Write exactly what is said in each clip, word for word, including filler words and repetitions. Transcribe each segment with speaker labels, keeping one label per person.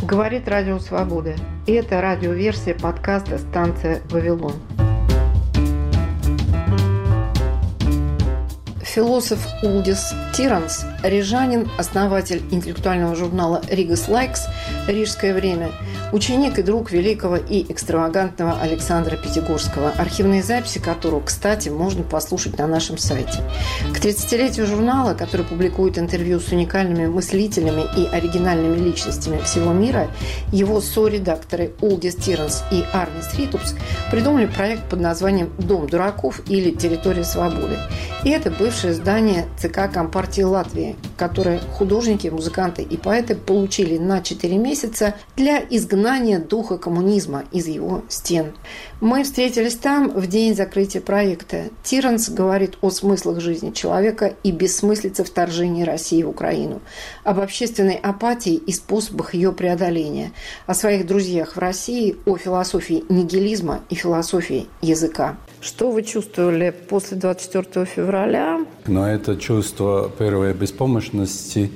Speaker 1: Говорит Радио Свобода. И это радиоверсия подкаста «Станция Вавилон». Философ Улдис Тиранс, рижанин, основатель интеллектуального журнала «Ригас Лайкс», «Рижское время», ученик и друг великого и экстравагантного Александра Пятигорского, архивные записи которого, кстати, можно послушать на нашем сайте. К тридцатилетию журнала, который публикует интервью с уникальными мыслителями и оригинальными личностями всего мира, его соредакторы Улдис Тиранс и Арнис Ритупс придумали проект под названием «Дом дураков» или «Территория свободы». И это бывшее здание ЦК Компартии Латвии, которое художники, музыканты и поэты получили на четыре месяца для изгнания духа коммунизма из его стен. Мы встретились там в день закрытия проекта. Тиранс говорит о смыслах жизни человека и бессмыслице вторжения России в Украину, об общественной апатии и способах ее преодоления, о своих друзьях в России, о философии нигилизма и философии языка. Что вы чувствовали после двадцать четвёртого февраля?
Speaker 2: Но это чувство первой беспомощности,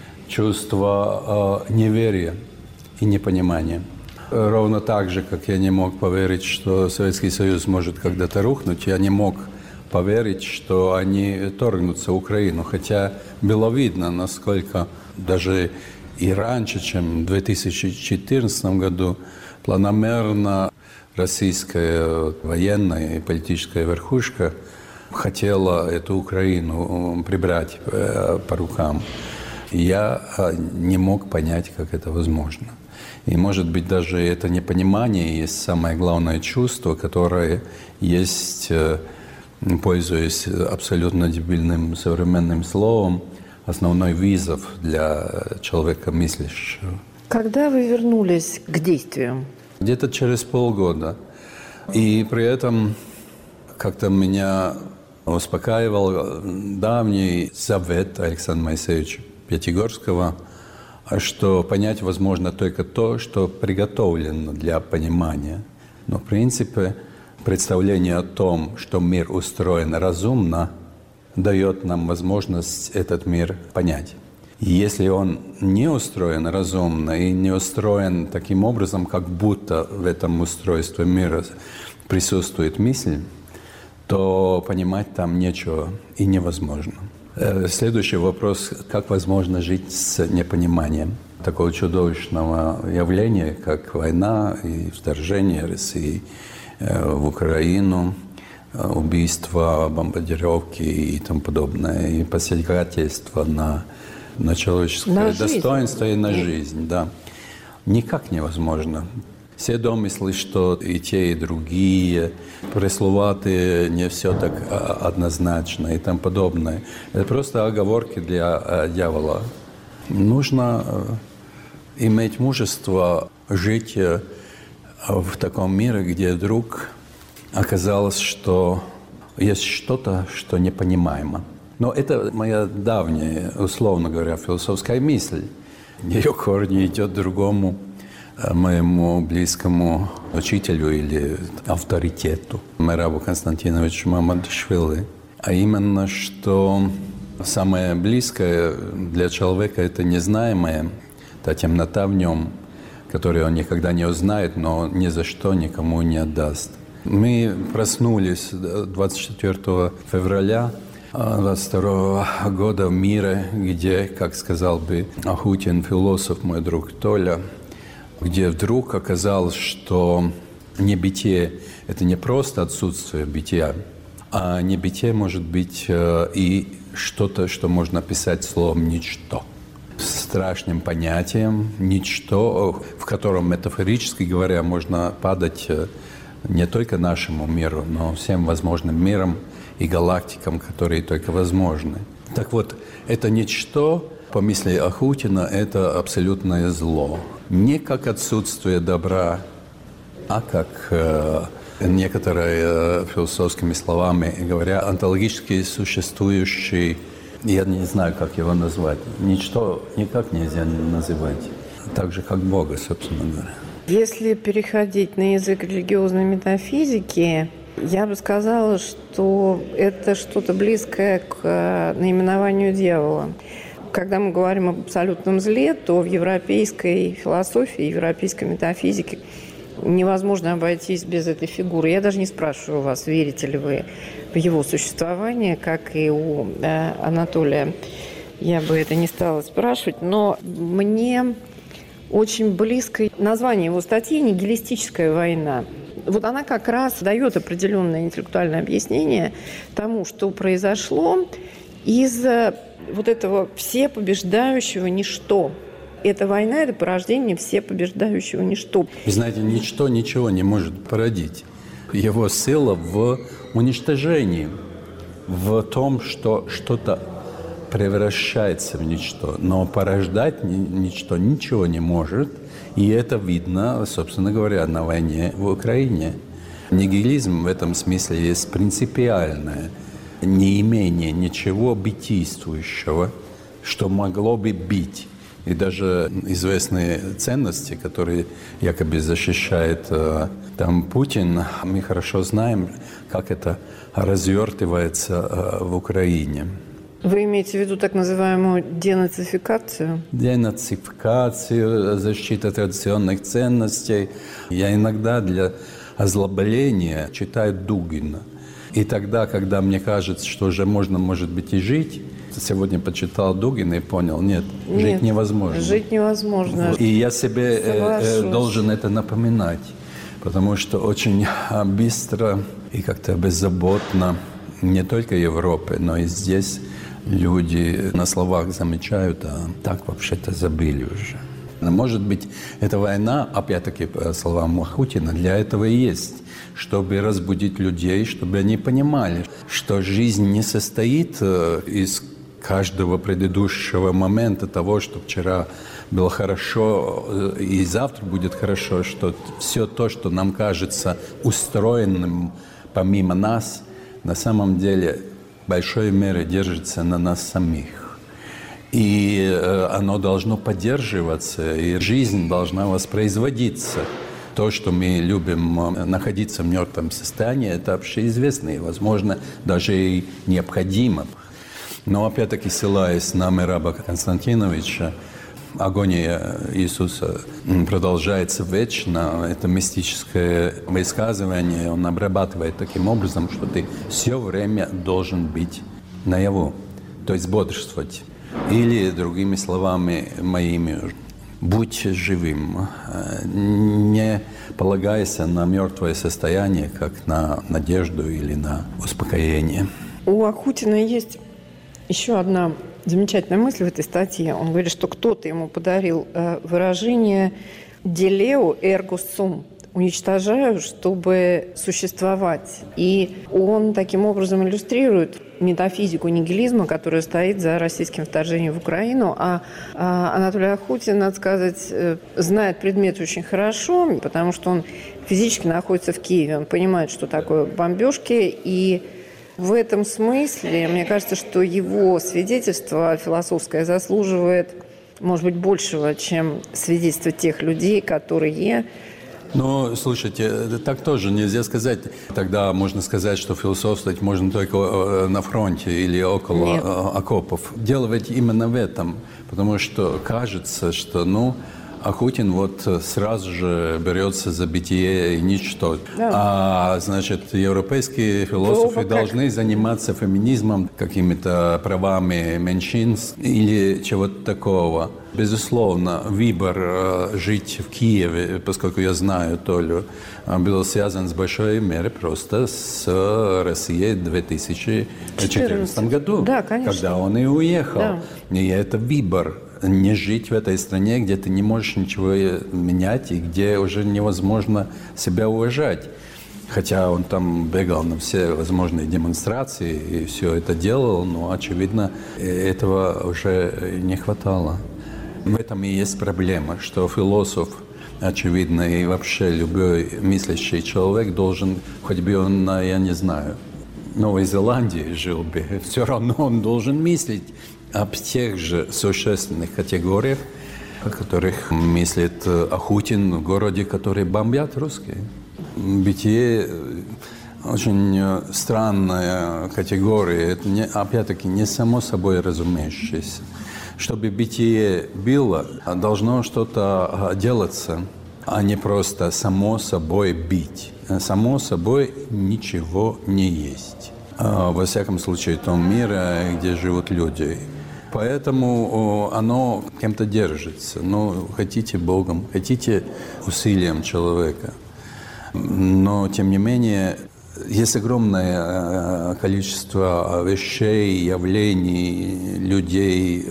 Speaker 2: чувство э, неверия и непонимания. Ровно так же, как я не мог поверить, что Советский Союз может когда-то рухнуть, я не мог поверить, что они торгнутся в Украину. Хотя было видно, насколько даже и раньше, чем в две тысячи четырнадцатом году, планомерно российская военная и политическая верхушка хотела эту Украину прибрать по рукам. Я не мог понять, как это возможно. И, может быть, даже это непонимание есть самое главное чувство, которое есть, пользуясь абсолютно дебильным современным словом, основной вызов для человека мыслящего.
Speaker 1: Когда вы вернулись к действиям?
Speaker 2: Где-то через полгода. И при этом как-то меня успокаивал давний завет Александра Моисеевича Пятигорского, что понять возможно только то, что приготовлено для понимания. Но, в принципе, представление о том, что мир устроен разумно, дает нам возможность этот мир понять. И если он не устроен разумно и не устроен таким образом, как будто в этом устройстве мира присутствует мысль, то понимать там нечего и невозможно. Следующий вопрос: как возможно жить с непониманием такого чудовищного явления, как война и вторжение России в Украину, убийства, бомбардировки и тому подобное, и посягательства на, на человеческое на достоинство и на жизнь. Да. Никак невозможно. Все домыслы, что и те, и другие, пресловутые, не все так однозначно и тому подобное. Это просто оговорки для дьявола. Нужно иметь мужество жить в таком мире, где вдруг оказалось, что есть что-то, что непонимаемо. Но это моя давняя, условно говоря, философская мысль. Ее корни идет другому моему близкому учителю или авторитету Мерабу Константиновичу Мамадышвили. А именно, что самое близкое для человека – это незнаемое, та темнота в нем, которую он никогда не узнает, но ни за что никому не отдаст. Мы проснулись двадцать четвёртого февраля двадцать второго года в мире, где, как сказал бы Ахутин, философ, мой друг Толя, где вдруг оказалось, что небытие – это не просто отсутствие бытия, а небытие может быть и что-то, что можно описать словом «ничто». Страшным понятием «ничто», в котором, метафорически говоря, можно падать не только нашему миру, но всем возможным мирам и галактикам, которые только возможны. Так вот, это «ничто», по мысли Ахутина, это абсолютное зло. Не как отсутствие добра, а как, э, некоторые э, философскими словами говоря, онтологически существующий, я не знаю, как его назвать, ничто никак нельзя называть, так же, как Бога, собственно говоря.
Speaker 1: Если переходить на язык религиозной метафизики, я бы сказала, что это что-то близкое к наименованию дьявола. Когда мы говорим об абсолютном зле, то в европейской философии, европейской метафизике невозможно обойтись без этой фигуры. Я даже не спрашиваю вас, верите ли вы в его существование, как и у да, Анатолия. Я бы это не стала спрашивать, но мне очень близко название его статьи «Нигилистическая война». Вот она как раз дает определенное интеллектуальное объяснение тому, что произошло из вот этого всепобеждающего ничто. Эта война – это порождение всепобеждающего ничто.
Speaker 2: Вы знаете, ничто ничего не может породить. Его сила в уничтожении, в том, что что-то превращается в ничто. Но порождать ничто ничего не может. И это видно, собственно говоря, на войне в Украине. Нигилизм в этом смысле есть принципиальное неимение ничего бытийствующего, что могло бы быть. И даже известные ценности, которые якобы защищает э, там Путин, мы хорошо знаем, как это развертывается э, в Украине.
Speaker 1: Вы имеете в виду так называемую денацификацию?
Speaker 2: Денацификацию, защиту традиционных ценностей. Я иногда для озлобления читаю Дугина. И тогда, когда мне кажется, что уже можно, может быть, и жить, сегодня почитал Дугина и понял, нет, нет, жить невозможно.
Speaker 1: Жить невозможно.
Speaker 2: И я себе э, должен это напоминать, потому что очень быстро и как-то беззаботно не только Европы, но и здесь люди на словах замечают, а так вообще-то забыли уже. Может быть, эта война, опять-таки, по словам Ахутина, для этого и есть, чтобы разбудить людей, чтобы они понимали, что жизнь не состоит из каждого предыдущего момента того, что вчера было хорошо и завтра будет хорошо, что все то, что нам кажется устроенным помимо нас, на самом деле в большой мере держится на нас самих. И оно должно поддерживаться, и жизнь должна воспроизводиться. То, что мы любим находиться в мертвом состоянии, это общеизвестно и, возможно, даже и необходимо. Но, опять-таки, ссылаясь на Мераба Константиновича, агония Иисуса продолжается вечно. Это мистическое высказывание, он обрабатывает таким образом, что ты все время должен быть наяву, то есть бодрствовать. Или, другими словами моими, будь живым, не полагайся на мертвое состояние, как на надежду или на успокоение.
Speaker 1: У Ахутина есть еще одна замечательная мысль в этой статье. Он говорит, что кто-то ему подарил выражение «делео эрго сум», уничтожаю, чтобы существовать. И он таким образом иллюстрирует метафизику нигилизма, которая стоит за российским вторжением в Украину. А, а Анатолий Ахутин, надо сказать, знает предмет очень хорошо, потому что он физически находится в Киеве. Он понимает, что такое бомбежки. И в этом смысле, мне кажется, что его свидетельство философское заслуживает, может быть, большего, чем свидетельство тех людей, которые...
Speaker 2: Ну, слушайте, так тоже нельзя сказать. Тогда можно сказать, что философствовать можно только на фронте или около Нет. окопов. Дело ведь именно в этом, потому что кажется, что, ну, Ахутин вот сразу же берется за бытие и ничто. Да. А, значит, европейские философы О, должны как... заниматься феминизмом, какими-то правами меньшинств или чего-то такого. Безусловно, выбор жить в Киеве, поскольку я знаю Толю, был связан с большой мерой просто с Россией в две тысячи четырнадцатом году,
Speaker 1: да, конечно.
Speaker 2: Когда он и уехал.
Speaker 1: Да.
Speaker 2: И это выбор. Не жить в этой стране, где ты не можешь ничего менять и где уже невозможно себя уважать. Хотя он там бегал на все возможные демонстрации и все это делал, но, очевидно, этого уже не хватало. В этом и есть проблема, что философ, очевидно, и вообще любой мыслящий человек должен, хоть бы он, я не знаю, в Новой Зеландии жил бы, все равно он должен мыслить об тех же существенных категориях, о которых мыслит Ахутин в городе, который бомбят русские. Бытие очень странная категория. Это, не, опять-таки, не само собой разумеющееся. Чтобы бытие было, должно что-то делаться, а не просто само собой быть. Само собой ничего не есть. Во всяком случае, в том мире, где живут люди. Поэтому оно кем-то держится. Ну, хотите Богом, хотите усилием человека. Но, тем не менее, есть огромное количество вещей, явлений, людей,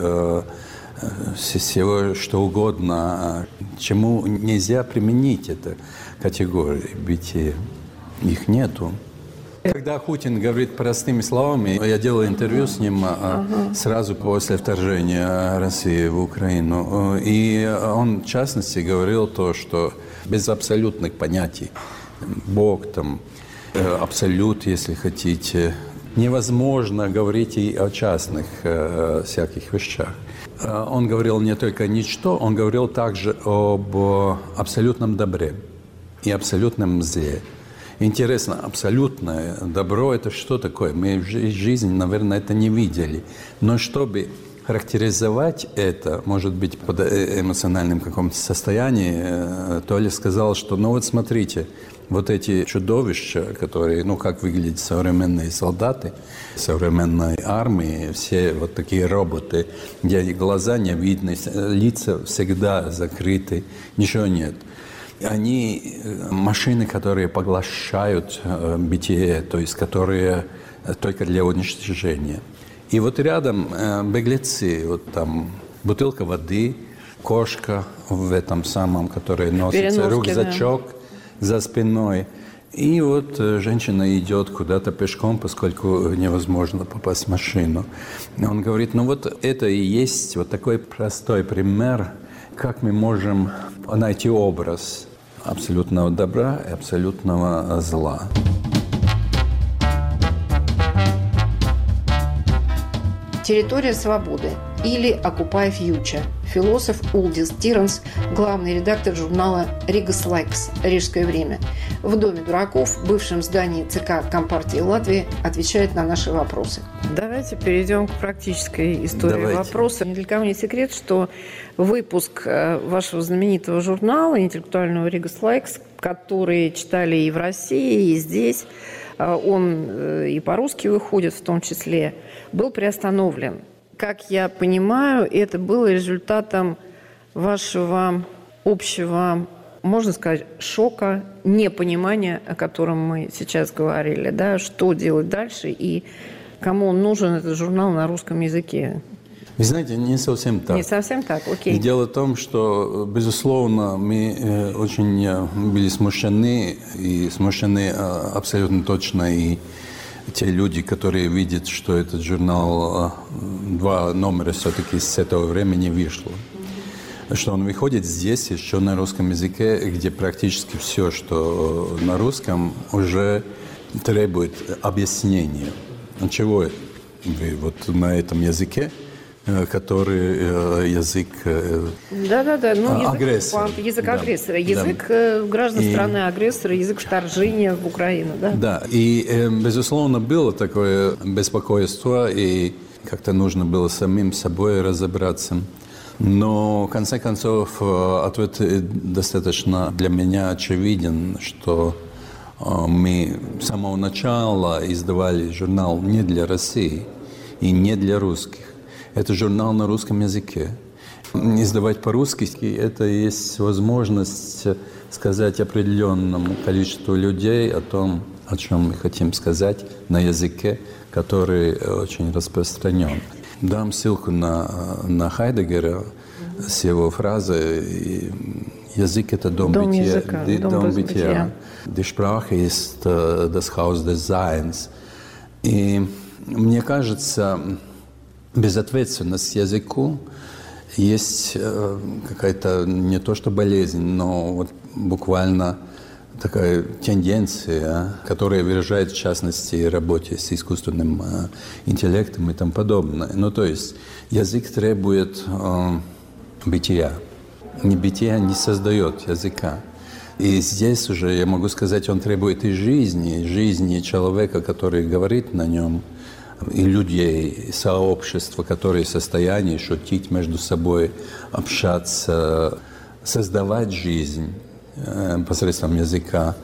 Speaker 2: всего что угодно, чему нельзя применить эту категорию бытия. Их нету. Когда Хутин говорит простыми словами, я делал интервью с ним uh-huh. сразу после вторжения России в Украину, и он, в частности, говорил то, что без абсолютных понятий, Бог там, абсолют, если хотите, невозможно говорить и о частных э, всяких вещах. Он говорил не только ничто, он говорил также об абсолютном добре и абсолютном зле. Интересно, абсолютное добро – это что такое? Мы в жизни, наверное, это не видели. Но чтобы характеризовать это, может быть, под эмоциональным каком-то состоянии, Толя сказал, что, ну вот смотрите, вот эти чудовища, которые, ну, как выглядят современные солдаты, современной армии, все вот такие роботы, где глаза не видны, лица всегда закрыты, ничего нет. Они машины, которые поглощают бытие, то есть которые только для уничтожения. И вот рядом беглецы, вот там бутылка воды, кошка в этом самом, которая носится, рюкзачок да. за спиной. И вот женщина идет куда-то пешком, поскольку невозможно попасть в машину. Он говорит, ну вот это и есть вот такой простой пример, как мы можем найти образ абсолютного добра и абсолютного зла.
Speaker 1: «Территория свободы» или «Occupy Future». Философ Улдис Тиранс, главный редактор журнала «Ригас Лайкс» «Рижское время». В Доме дураков, бывшем здании ЦК Компартии Латвии, отвечает на наши вопросы. Давайте перейдем к практической истории Давайте. вопроса. Ни для кого не секрет, что выпуск вашего знаменитого журнала «Интеллектуального Ригас Лайкс», который читали и в России, и здесь, он и по-русски выходит в том числе, был приостановлен. Как я понимаю, это было результатом вашего общего, можно сказать, шока, непонимания, о котором мы сейчас говорили, да, что делать дальше и кому нужен этот журнал на русском языке.
Speaker 2: Вы знаете, не совсем так.
Speaker 1: Не совсем так, окей.
Speaker 2: Дело в том, что, безусловно, мы очень были смущены, и смущены абсолютно точно и те люди, которые видят, что этот журнал, два номера все-таки с этого времени вышло. Что он выходит здесь еще на русском языке, где практически все, что на русском, уже требует объяснения. Чего вы вот на этом языке, который язык
Speaker 1: да-да-да, ну, язык
Speaker 2: агрессора.
Speaker 1: Язык
Speaker 2: да.
Speaker 1: агрессора, язык да. граждан и... страны-агрессора, язык вторжения в Украину. Да,
Speaker 2: да. И, безусловно, было такое беспокойство, и как-то нужно было самим собой разобраться. Но, в конце концов, ответ достаточно для меня очевиден, что мы с самого начала издавали журнал не для России и не для русских. Это журнал на русском языке. Издавать по-русски – это есть возможность сказать определенному количеству людей о том, о чем мы хотим сказать на языке, который очень распространен. Дам ссылку на, на Хайдеггера с его фразой «Язык – это дом,
Speaker 1: дом
Speaker 2: бытия».
Speaker 1: Языка,
Speaker 2: Die,
Speaker 1: дом,
Speaker 2: дом
Speaker 1: бытия.
Speaker 2: Die Sprache ist das Haus des Seins. И мне кажется, безответственность языку есть какая-то не то что болезнь, но вот буквально такая тенденция, которая выражает в частности работе с искусственным интеллектом и тому подобное. Ну, то есть язык требует э, бытия. Не бытия не создает языка. И здесь уже, я могу сказать, он требует и жизни, жизни человека, который говорит на нем, и людей, и сообщества, которые в состоянии шутить между собой, общаться, создавать жизнь посредством языка.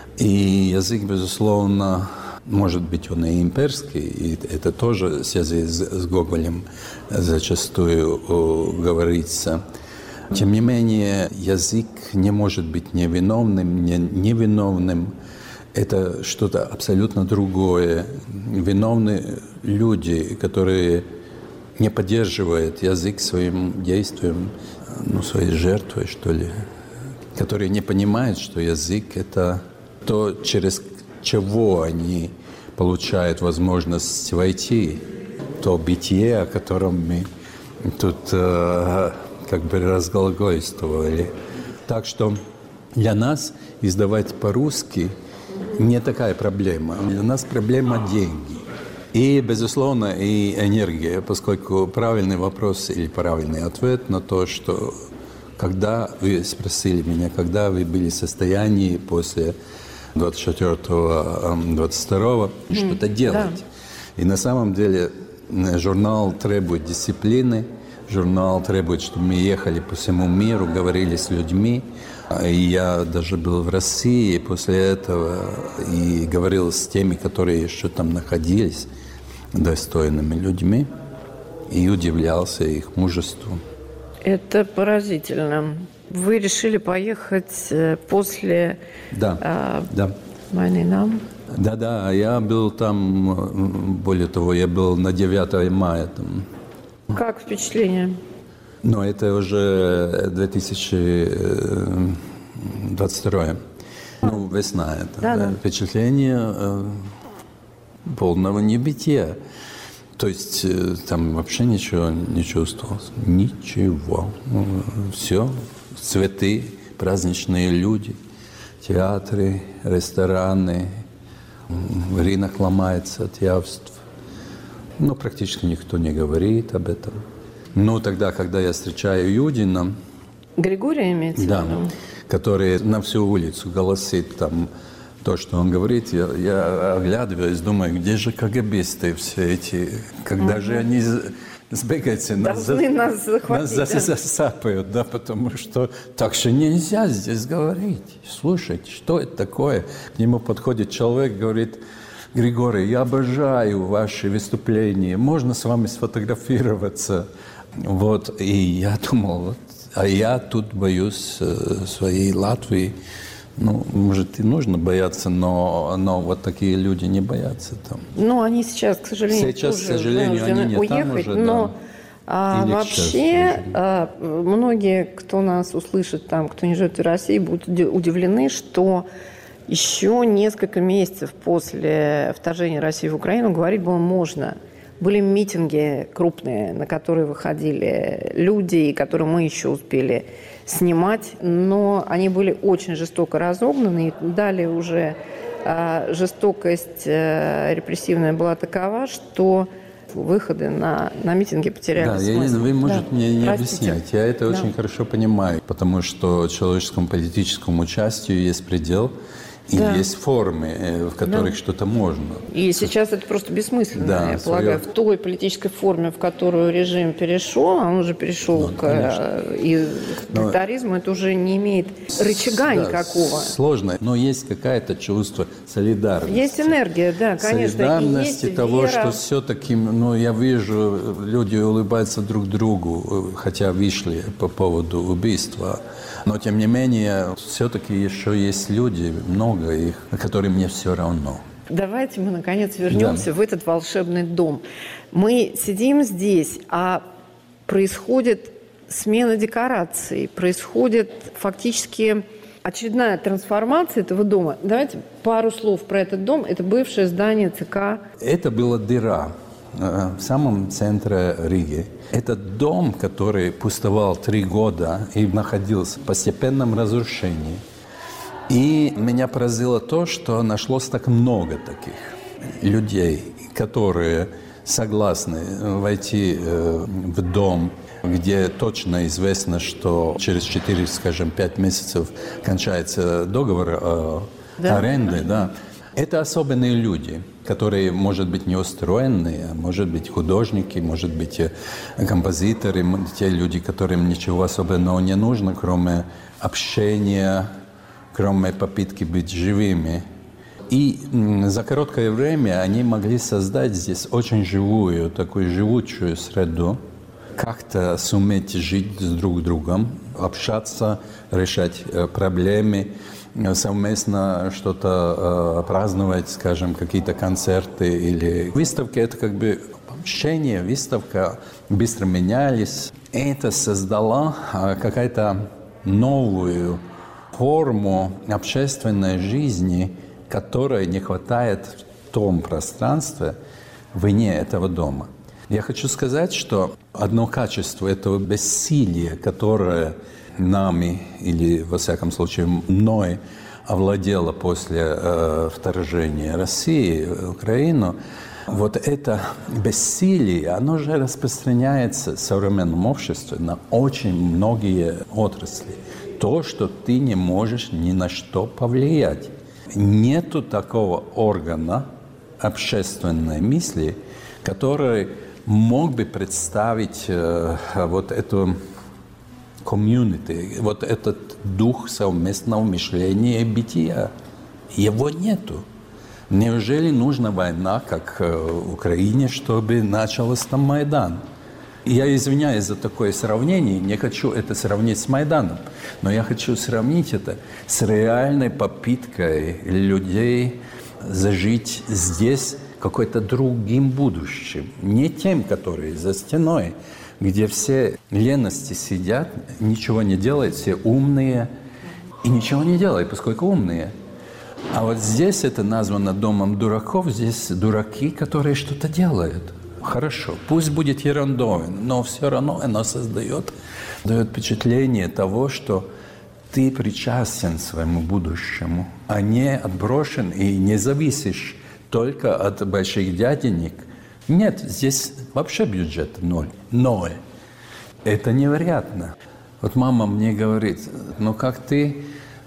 Speaker 2: И язык, безусловно, может быть, он и имперский, и это тоже в связи с, с Гоголем зачастую говорится. Тем не менее, язык не может быть невиновным, не, невиновным. Это что-то абсолютно другое. Виновны люди, которые не поддерживают язык своим действием, ну, своей жертвой, что ли, которые не понимают, что язык – это то, через чего они получают возможность войти, то бытие, о котором мы тут э, как бы разглагольствовали. Так что для нас издавать по-русски не такая проблема. Для нас проблема деньги. И, безусловно, и энергия, поскольку правильный вопрос или правильный ответ на то, что когда вы спросили меня, когда вы были в состоянии после двадцать четвёртого — двадцать второго mm, что-то делать. Да. И на самом деле журнал требует дисциплины, журнал требует, чтобы мы ехали по всему миру, говорили с людьми. И я даже был в России после этого и говорил с теми, которые еще там находились, достойными людьми, и удивлялся их мужеству.
Speaker 1: Это поразительно. Вы решили поехать после
Speaker 2: да,
Speaker 1: а,
Speaker 2: да.
Speaker 1: войны нам?
Speaker 2: Да-да, я был там, более того, я был на девятое мая там.
Speaker 1: Как впечатление?
Speaker 2: Но это уже две тысячи двадцать второй. Ну, весна это.
Speaker 1: Да, да.
Speaker 2: Впечатление э, полного небытия. То есть э, там вообще ничего не чувствовалось. Ничего. Все. Цветы, праздничные люди, театры, рестораны. Рынок ломается от явств. Но практически никто не говорит об этом. Ну, тогда, когда я встречаю Юдина...
Speaker 1: Григория имеется в виду?
Speaker 2: Да, который на всю улицу голосит там то, что он говорит, я, я оглядываюсь, думаю, где же КГБисты все эти, когда угу. же они сбегаются, нас, за, нас, захватить, нас да? засапают, да, потому что так же нельзя здесь говорить. Слушайте, что это такое? К нему подходит человек, говорит: Григорий, я обожаю ваши выступления, можно с вами сфотографироваться? Вот, и я думал, вот, а я тут боюсь э, своей Латвии. Ну, может, и нужно бояться, но, но вот такие люди не боятся там.
Speaker 1: Ну, они сейчас, к сожалению,
Speaker 2: сейчас,
Speaker 1: тоже
Speaker 2: к сожалению, они не
Speaker 1: уехать,
Speaker 2: там уже,
Speaker 1: но
Speaker 2: да.
Speaker 1: а, вообще а, многие, кто нас услышит там, кто не живет в России, будут удивлены, что еще несколько месяцев после вторжения России в Украину говорить было можно. Были митинги крупные, на которые выходили люди, которые мы еще успели снимать, но они были очень жестоко разогнаны, и далее уже э, жестокость э, репрессивная была такова, что выходы на, на митинги потеряли
Speaker 2: да,
Speaker 1: смысл.
Speaker 2: Я, вы, может,
Speaker 1: да.
Speaker 2: мне не
Speaker 1: Простите.
Speaker 2: объяснять. Я это
Speaker 1: да.
Speaker 2: очень хорошо понимаю, потому что человеческому политическому участию есть предел. И да. есть формы, в которых да. что-то можно.
Speaker 1: И сейчас это просто бессмысленно, да, я
Speaker 2: свое...
Speaker 1: полагаю. В той политической форме, в которую режим перешел, а он уже перешел ну, к, и к тоталитаризму, это уже не имеет рычага
Speaker 2: да,
Speaker 1: никакого.
Speaker 2: Сложно, но есть какое-то чувство солидарности.
Speaker 1: Есть энергия, да, конечно.
Speaker 2: Солидарности
Speaker 1: и есть
Speaker 2: того,
Speaker 1: вера.
Speaker 2: Что все-таки, ну, я вижу, люди улыбаются друг другу, хотя вышли по поводу убийства. Но, тем не менее, все-таки еще есть люди, много их, которым не все равно.
Speaker 1: Давайте мы, наконец, вернемся да. в этот волшебный дом. Мы сидим здесь, а происходит смена декораций, происходит фактически очередная трансформация этого дома. Давайте пару слов про этот дом. Это бывшее здание ЦК.
Speaker 2: Это была дыра в самом центре Риги. Этот дом, который пустовал три года и находился в постепенном разрушении. И меня поразило то, что нашлось так много таких людей, которые согласны войти в дом, где точно известно, что через четыре, скажем, пять месяцев кончается договор да. аренды, да, это особенные люди, которые, может быть, не устроенные, может быть, художники, может быть, композиторы, те люди, которым ничего особенного не нужно, кроме общения, кроме попытки быть живыми. И за короткое время они могли создать здесь очень живую, такую живучую среду, как-то суметь жить с друг другом, общаться, решать проблемы, совместно что-то э, праздновать, скажем, какие-то концерты или выставки. Это как бы общение, выставка, быстро менялись. Это создало э, какую-то новую форму общественной жизни, которой не хватает в том пространстве вне этого дома. Я хочу сказать, что одно качество этого бессилия, которое нами, или, во всяком случае, мной овладело после э, вторжения России в Украину, вот это бессилие, оно же распространяется в современном обществе на очень многие отрасли. То, что ты не можешь ни на что повлиять. Нету такого органа общественной мысли, который мог бы представить э, вот эту комьюнити, вот этот дух совместного мышления и бытия. Его нету. Неужели нужна война, как в Украине, чтобы начался там Майдан? Я извиняюсь за такое сравнение, не хочу это сравнить с Майданом, но я хочу сравнить это с реальной попыткой людей зажить здесь какой-то другим будущим, не тем, которые за стеной, где все лености сидят, ничего не делают, все умные и ничего не делают, поскольку умные. А вот здесь это названо домом дураков, здесь дураки, которые что-то делают. Хорошо, пусть будет ерундой, но все равно оно создает, дает впечатление того, что ты причастен к своему будущему, а не отброшен и не зависишь только от больших дяденек. Нет, здесь вообще бюджет ноль. Ноль. Это невероятно. Вот мама мне говорит, ну как ты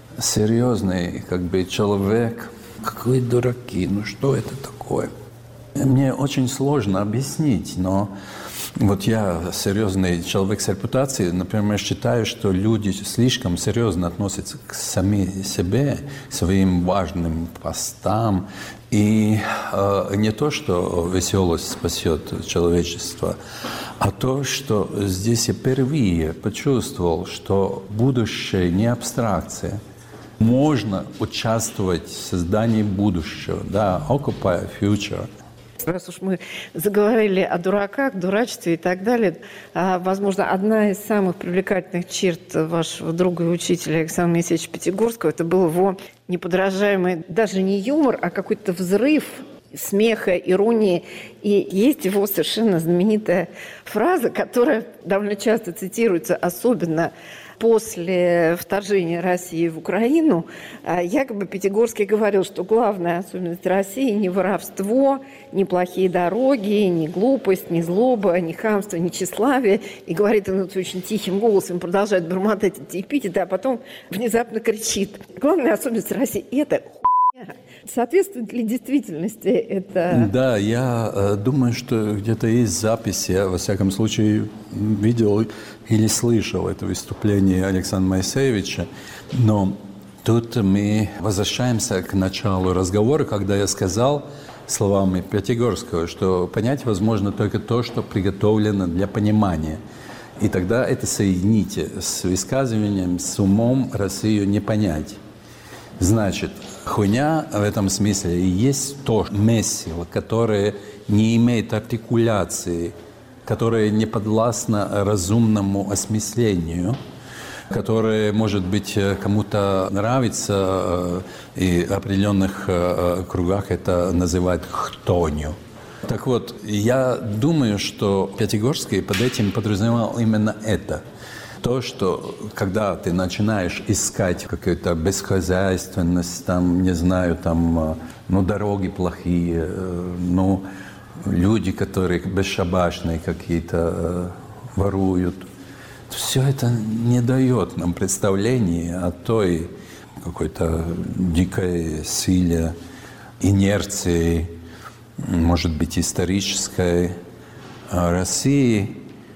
Speaker 2: серьезный как бы человек, какие дураки, ну что это такое? Мне очень сложно объяснить, но вот я серьезный человек с репутацией, например, считаю, что люди слишком серьезно относятся к самим себе, к своим важным постам. И э, не то, что веселость спасет человечество, а то, что здесь я впервые почувствовал, что будущее не абстракция. Можно участвовать в создании будущего, да, Occupy Future.
Speaker 1: Раз уж мы заговорили о дураках, дурачестве и так далее, возможно, одна из самых привлекательных черт вашего друга и учителя Александра Моисеевича Пятигорского – это был его неподражаемый, даже не юмор, а какой-то взрыв смеха, иронии. И есть его совершенно знаменитая фраза, которая довольно часто цитируется, особенно после вторжения России в Украину. Якобы Пятигорский говорил, что главная особенность России не воровство, не плохие дороги, не глупость, не злоба, не хамство, не тщеславие. И говорит он очень тихим голосом, продолжает бормотать эти эпитеты, а потом внезапно кричит. Главная особенность России – это хуйня. Соответствует ли действительности это?
Speaker 2: Да, я э, думаю, что где-то есть записи, я, во всяком случае, видел или слышал это выступление Александра Моисеевича, но тут мы возвращаемся к началу разговора, когда я сказал словами Пятигорского, что понять возможно только то, что приготовлено для понимания. И тогда это соедините с высказыванием, с умом Россию не понять. Значит, хуйня в этом смысле и есть то месиво, которое не имеет артикуляции, которое не подвластно разумному осмыслению, которое, может быть, кому-то нравится, и в определенных кругах это называют хтонью. Так вот, я думаю, что Пятигорский под этим подразумевал именно это. То, что когда ты начинаешь искать какую-то бесхозяйственность, там, не знаю, там, ну, дороги плохие, ну, люди, которые бесшабашные какие-то, воруют. Все это не дает нам представления о той какой-то дикой силе, инерции, может быть, исторической России,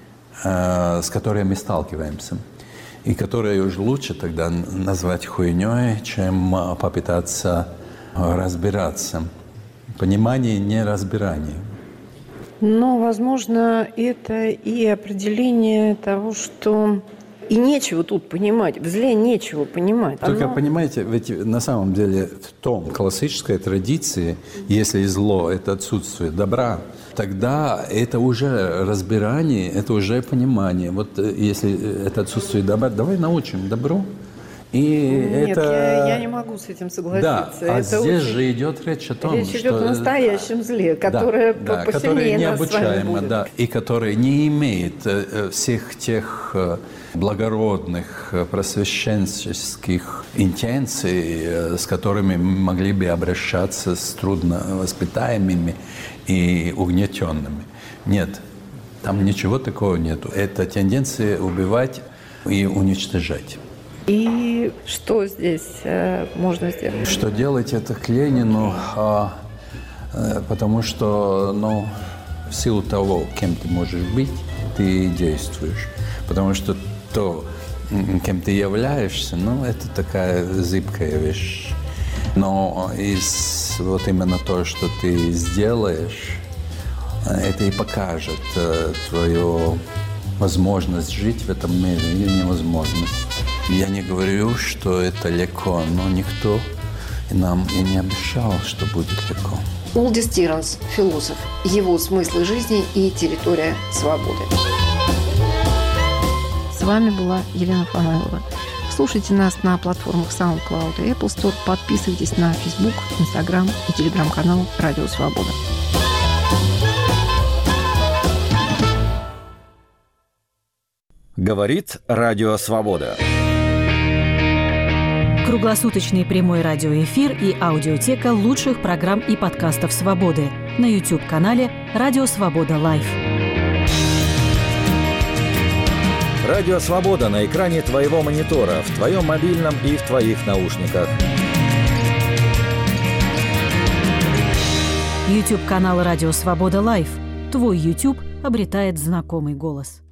Speaker 2: с которой мы сталкиваемся. И которую уж лучше тогда назвать хуйней, чем попытаться разбираться. Понимание, не разбирание.
Speaker 1: Но, возможно, это и определение того, что и нечего тут понимать, в зле нечего понимать.
Speaker 2: Только,
Speaker 1: Оно...
Speaker 2: понимаете, ведь на самом деле в том классической традиции, если зло – это отсутствие добра, тогда это уже разбирание, это уже понимание. Вот если это отсутствие добра, давай научим добру. И
Speaker 1: Нет,
Speaker 2: это...
Speaker 1: я, я не могу с этим согласиться.
Speaker 2: Да, а
Speaker 1: это
Speaker 2: здесь
Speaker 1: очень...
Speaker 2: же идет речь о том,
Speaker 1: речь
Speaker 2: что...
Speaker 1: Речь идет о настоящем зле, которое
Speaker 2: да,
Speaker 1: посильнее
Speaker 2: да, которое необучаемо,
Speaker 1: да,
Speaker 2: и которое не имеет всех тех благородных просвещенческих интенций, с которыми мы могли бы обращаться с трудновоспитаемыми и угнетенными. Нет, там ничего такого нету. Это тенденция убивать и уничтожать.
Speaker 1: И что здесь э, можно сделать?
Speaker 2: Что делать это к Ленину, а, э, потому что, ну, в силу того, кем ты можешь быть, ты действуешь. Потому что то, кем ты являешься, ну, это такая зыбкая вещь. Но из, вот именно то, что ты сделаешь, это и покажет э, твою возможность жить в этом мире или невозможность. Я не говорю, что это легко, но никто нам и не обещал, что будет легко.
Speaker 1: Улдис Тиранс, философ. Его смыслы жизни и территория свободы. С вами была Елена Фанайлова. Слушайте нас на платформах SoundCloud и Apple Store. Подписывайтесь на Facebook, Instagram и телеграм-канал «Радио Свобода».
Speaker 3: Говорит Радио Свобода.
Speaker 4: Круглосуточный прямой радиоэфир и аудиотека лучших программ и подкастов «Свободы» на YouTube-канале «Радио Свобода Лайв».
Speaker 3: Радио Свобода на экране твоего монитора, в твоем мобильном и в твоих наушниках.
Speaker 4: YouTube-канал «Радио Свобода Лайв». Твой YouTube обретает знакомый голос.